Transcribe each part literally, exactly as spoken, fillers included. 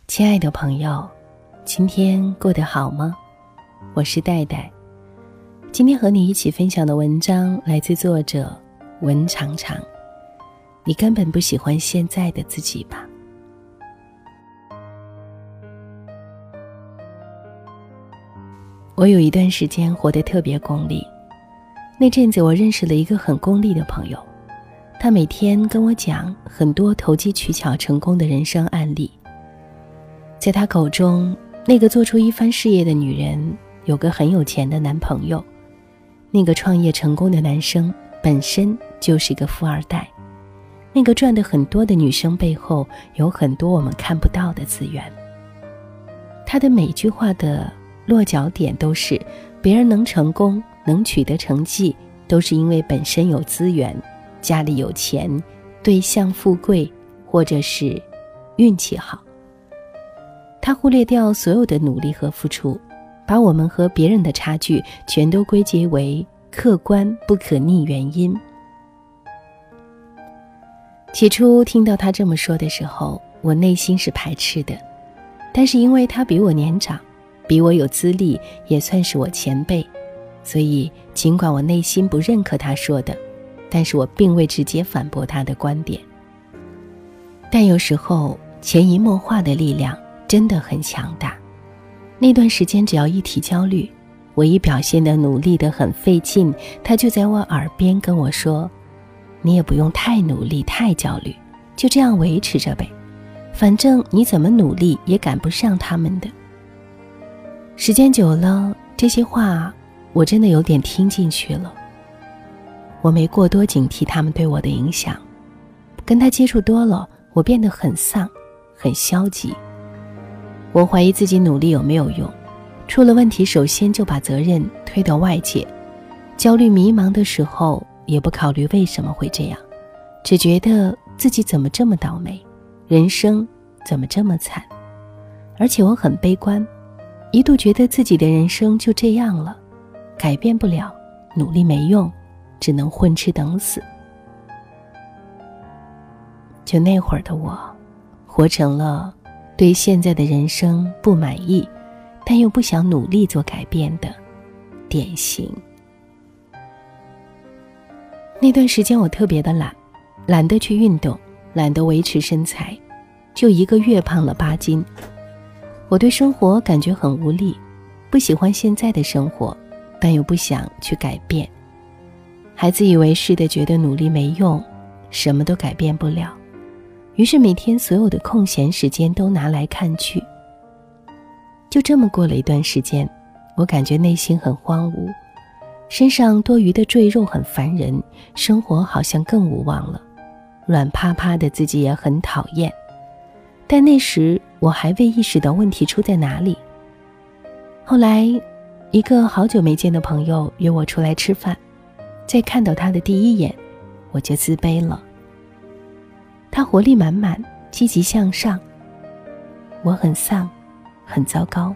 亲爱的朋友，今天过得好吗？我是戴戴。今天和你一起分享的文章来自作者文长长。你根本不喜欢现在的自己吧？我有一段时间活得特别功利，那阵子我认识了一个很功利的朋友，他每天跟我讲很多投机取巧成功的人生案例。在他口中，那个做出一番事业的女人有个很有钱的男朋友，那个创业成功的男生本身就是个富二代，那个赚得很多的女生背后有很多我们看不到的资源。他的每句话的落脚点都是别人能成功能取得成绩，都是因为本身有资源，家里有钱，对象富贵，或者是运气好。他忽略掉所有的努力和付出，把我们和别人的差距全都归结为客观不可逆原因。起初听到他这么说的时候，我内心是排斥的，但是因为他比我年长，比我有资历，也算是我前辈，所以尽管我内心不认可他说的，但是我并未直接反驳他的观点。但有时候潜移默化的力量真的很强大。那段时间只要一提焦虑，我一表现得努力得很费劲，他就在我耳边跟我说，你也不用太努力太焦虑，就这样维持着呗，反正你怎么努力也赶不上他们的。时间久了，这些话我真的有点听进去了。我没过多警惕他们对我的影响，跟他接触多了，我变得很丧很消极。我怀疑自己努力有没有用，出了问题首先就把责任推到外界，焦虑迷茫的时候也不考虑为什么会这样，只觉得自己怎么这么倒霉，人生怎么这么惨。而且我很悲观，一度觉得自己的人生就这样了，改变不了，努力没用，只能混吃等死。就那会儿的我，活成了对现在的人生不满意，但又不想努力做改变的典型。那段时间我特别的懒，懒得去运动，懒得维持身材，就一个月胖了八斤。我对生活感觉很无力，不喜欢现在的生活，但又不想去改变，还自以为是的觉得努力没用，什么都改变不了，于是每天所有的空闲时间都拿来看剧。就这么过了一段时间，我感觉内心很荒芜，身上多余的赘肉很烦人，生活好像更无望了，软趴趴的自己也很讨厌。但那时我还未意识到问题出在哪里。后来一个好久没见的朋友约我出来吃饭，在看到他的第一眼，我就自卑了。他活力满满，积极向上，我很丧，很糟糕。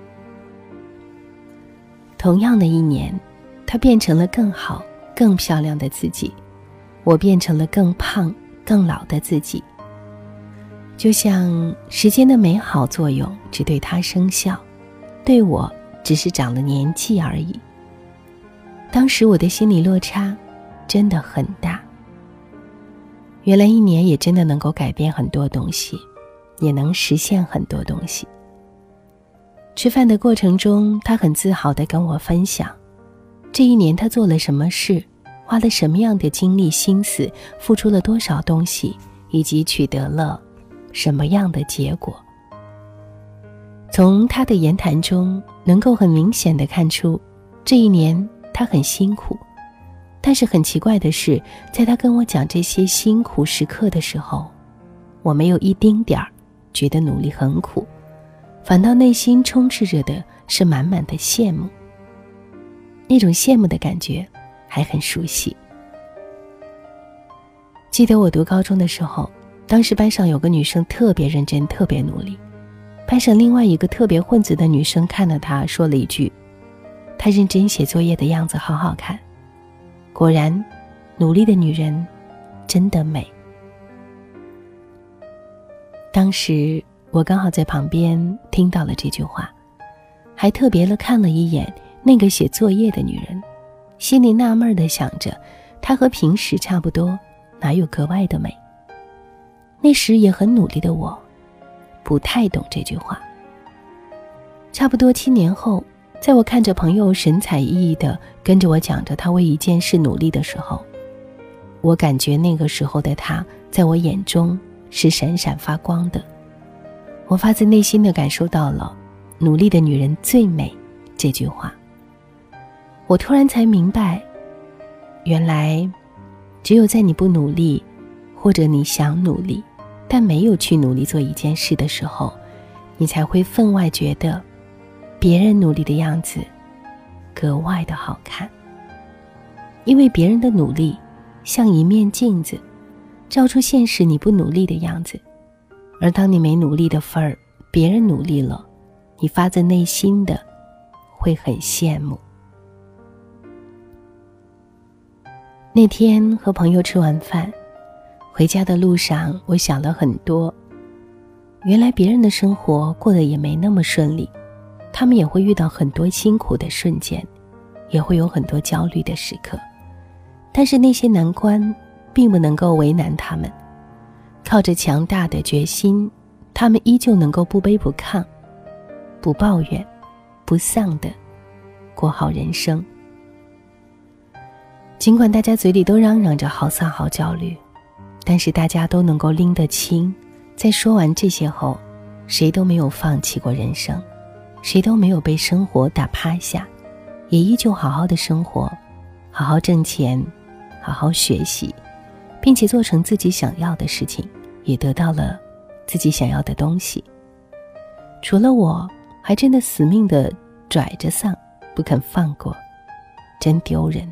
同样的一年，他变成了更好更漂亮的自己，我变成了更胖更老的自己。就像时间的美好作用只对他生效，对我只是长了年纪而已。当时我的心理落差真的很大。原来一年也真的能够改变很多东西，也能实现很多东西。吃饭的过程中，他很自豪地跟我分享，这一年他做了什么事，花了什么样的精力心思，付出了多少东西，以及取得了什么样的结果。从他的言谈中能够很明显地看出，这一年他很辛苦。但是很奇怪的是，在他跟我讲这些辛苦时刻的时候，我没有一丁点儿觉得努力很苦，反倒内心充斥着的是满满的羡慕。那种羡慕的感觉还很熟悉。记得我读高中的时候，当时班上有个女生特别认真特别努力，班上另外一个特别混子的女生看了她说了一句，她认真写作业的样子好好看。果然，努力的女人真的美。当时我刚好在旁边听到了这句话，还特别的看了一眼那个写作业的女人，心里纳闷地想着，她和平时差不多，哪有格外的美？那时也很努力的我，不太懂这句话。差不多七年后，在我看着朋友神采奕奕地跟着我讲着他为一件事努力的时候，我感觉那个时候的他在我眼中是闪闪发光的。我发自内心地感受到了努力的女人最美这句话。我突然才明白，原来只有在你不努力，或者你想努力但没有去努力做一件事的时候，你才会分外觉得别人努力的样子格外的好看。因为别人的努力像一面镜子，照出现实你不努力的样子，而当你没努力的份儿，别人努力了，你发自内心的会很羡慕。那天和朋友吃完饭，回家的路上我想了很多，原来别人的生活过得也没那么顺利，他们也会遇到很多辛苦的瞬间，也会有很多焦虑的时刻，但是那些难关并不能够为难他们，靠着强大的决心，他们依旧能够不卑不亢，不抱怨，不丧的过好人生。尽管大家嘴里都嚷嚷着好丧好焦虑，但是大家都能够拎得清，在说完这些后，谁都没有放弃过人生，谁都没有被生活打趴下，也依旧好好的生活，好好挣钱，好好学习，并且做成自己想要的事情，也得到了自己想要的东西。除了我，还真的死命的拽着丧，不肯放过，真丢人。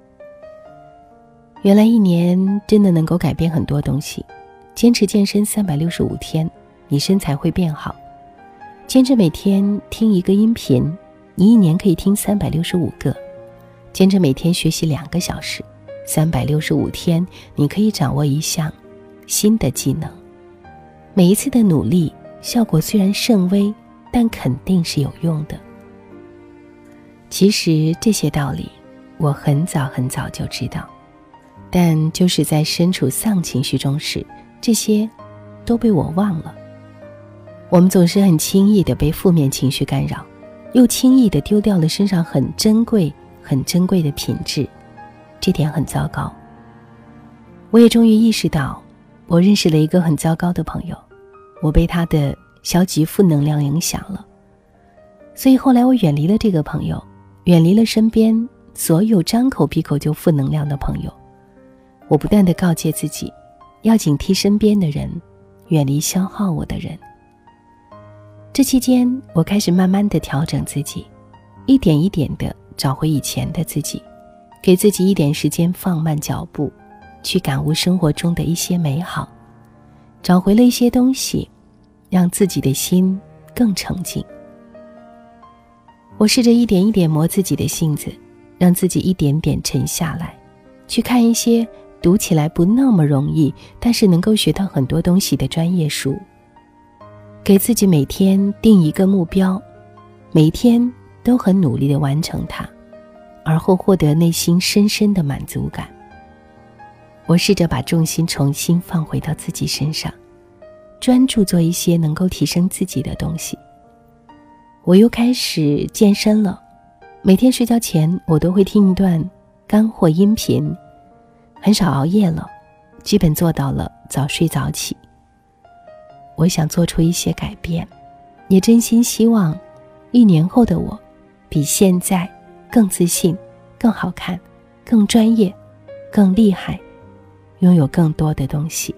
原来一年真的能够改变很多东西，坚持健身三百六十五天，你身材会变好；坚持每天听一个音频，你一年可以听三百六十五个；坚持每天学习两个小时，三百六十五天你可以掌握一项新的技能。每一次的努力，效果虽然甚微，但肯定是有用的。其实这些道理，我很早很早就知道。但就是在身处丧情绪中时，这些都被我忘了。我们总是很轻易地被负面情绪干扰，又轻易地丢掉了身上很珍贵很珍贵的品质，这点很糟糕。我也终于意识到，我认识了一个很糟糕的朋友，我被他的消极负能量影响了。所以后来我远离了这个朋友，远离了身边所有张口闭口就负能量的朋友。我不断地告诫自己，要警惕身边的人，远离消耗我的人。这期间，我开始慢慢地调整自己，一点一点地找回以前的自己，给自己一点时间放慢脚步，去感悟生活中的一些美好，找回了一些东西，让自己的心更澄净。我试着一点一点磨自己的性子，让自己一点点沉下来，去看一些读起来不那么容易，但是能够学到很多东西的专业书，给自己每天定一个目标，每天都很努力地完成它，而后获得内心深深的满足感。我试着把重心重新放回到自己身上，专注做一些能够提升自己的东西。我又开始健身了，每天睡觉前我都会听一段干货音频，很少熬夜了，基本做到了早睡早起。我想做出一些改变，也真心希望一年后的我比现在更自信，更好看，更专业，更厉害，拥有更多的东西。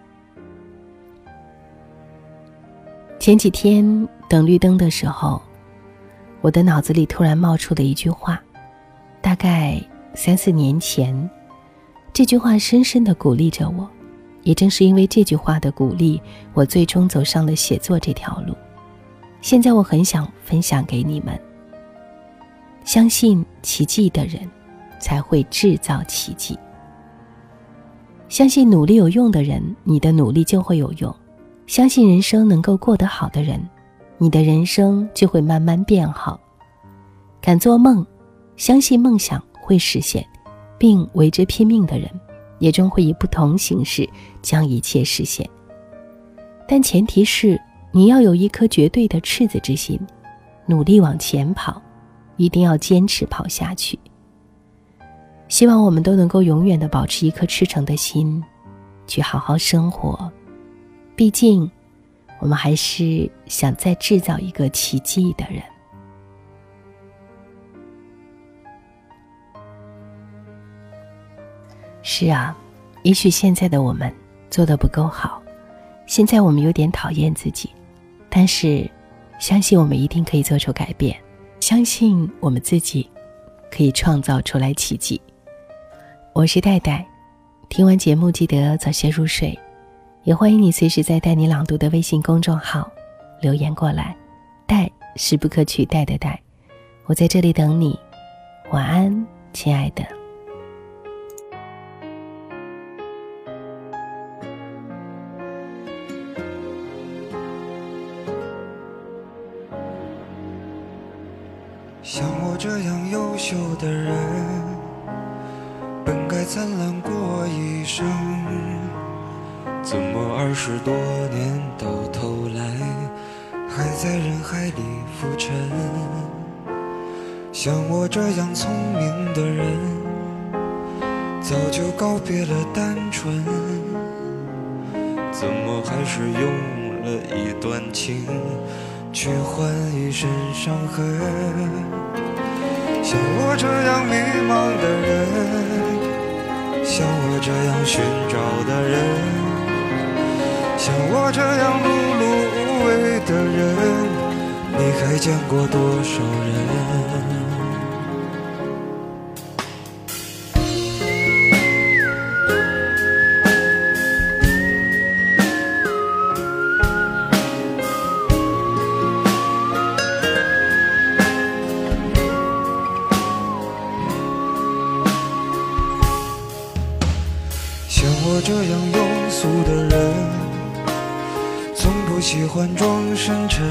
前几天等绿灯的时候，我的脑子里突然冒出了一句话，大概三四年前，这句话深深地鼓励着我，也正是因为这句话的鼓励，我最终走上了写作这条路。现在我很想分享给你们，相信奇迹的人才会制造奇迹。相信努力有用的人，你的努力就会有用； 相信人生能够过得好的人，你的人生就会慢慢变好。敢做梦，相信梦想会实现，并为之拼命的人，也终会以不同形式将一切实现。但前提是你要有一颗绝对的赤子之心，努力往前跑，一定要坚持跑下去。希望我们都能够永远地保持一颗赤诚的心，去好好生活。毕竟我们还是想再制造一个奇迹的人。是啊，也许现在的我们做得不够好，现在我们有点讨厌自己，但是相信我们一定可以做出改变，相信我们自己可以创造出来奇迹。我是戴戴，听完节目记得早些入睡，也欢迎你随时在带你朗读的微信公众号留言过来，戴是不可取代的戴，我在这里等你。晚安，亲爱的。 像我这样优秀的人，本该灿烂过一生，怎么二十多年到头来还在人海里浮沉？像我这样聪明的人，早就告别了单纯，怎么还是用了一段情去换一身伤痕？像我这样迷茫的人，像我这样寻找的人，像我这样碌碌无为的人，你还见过多少人？我这样庸俗的人，从不喜欢装深沉，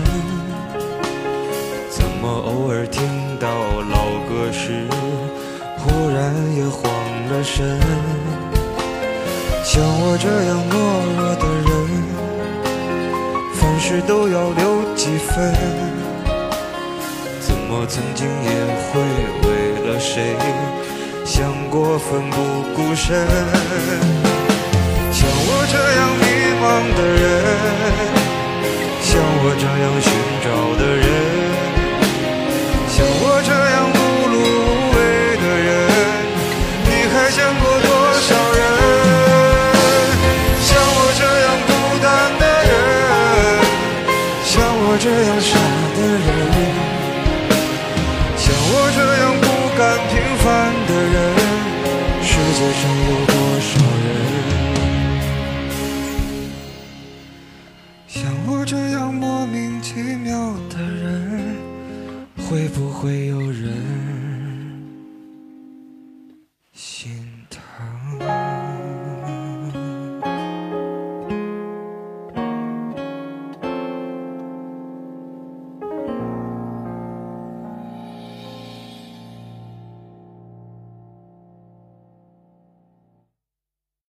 怎么偶尔听到老歌时，忽然也慌了神？像我这样懦弱的人，凡事都要留几分，怎么曾经也会为了谁想过奋不顾身？像我这样迷茫的人，像我这样寻找的人，像我这样碌碌无为的人，你还见过多少人？像我这样孤单的人，像我这样傻的人，像我这样不甘平凡的人，世界上有多少人？像我这样莫名其妙的人，会不会有人？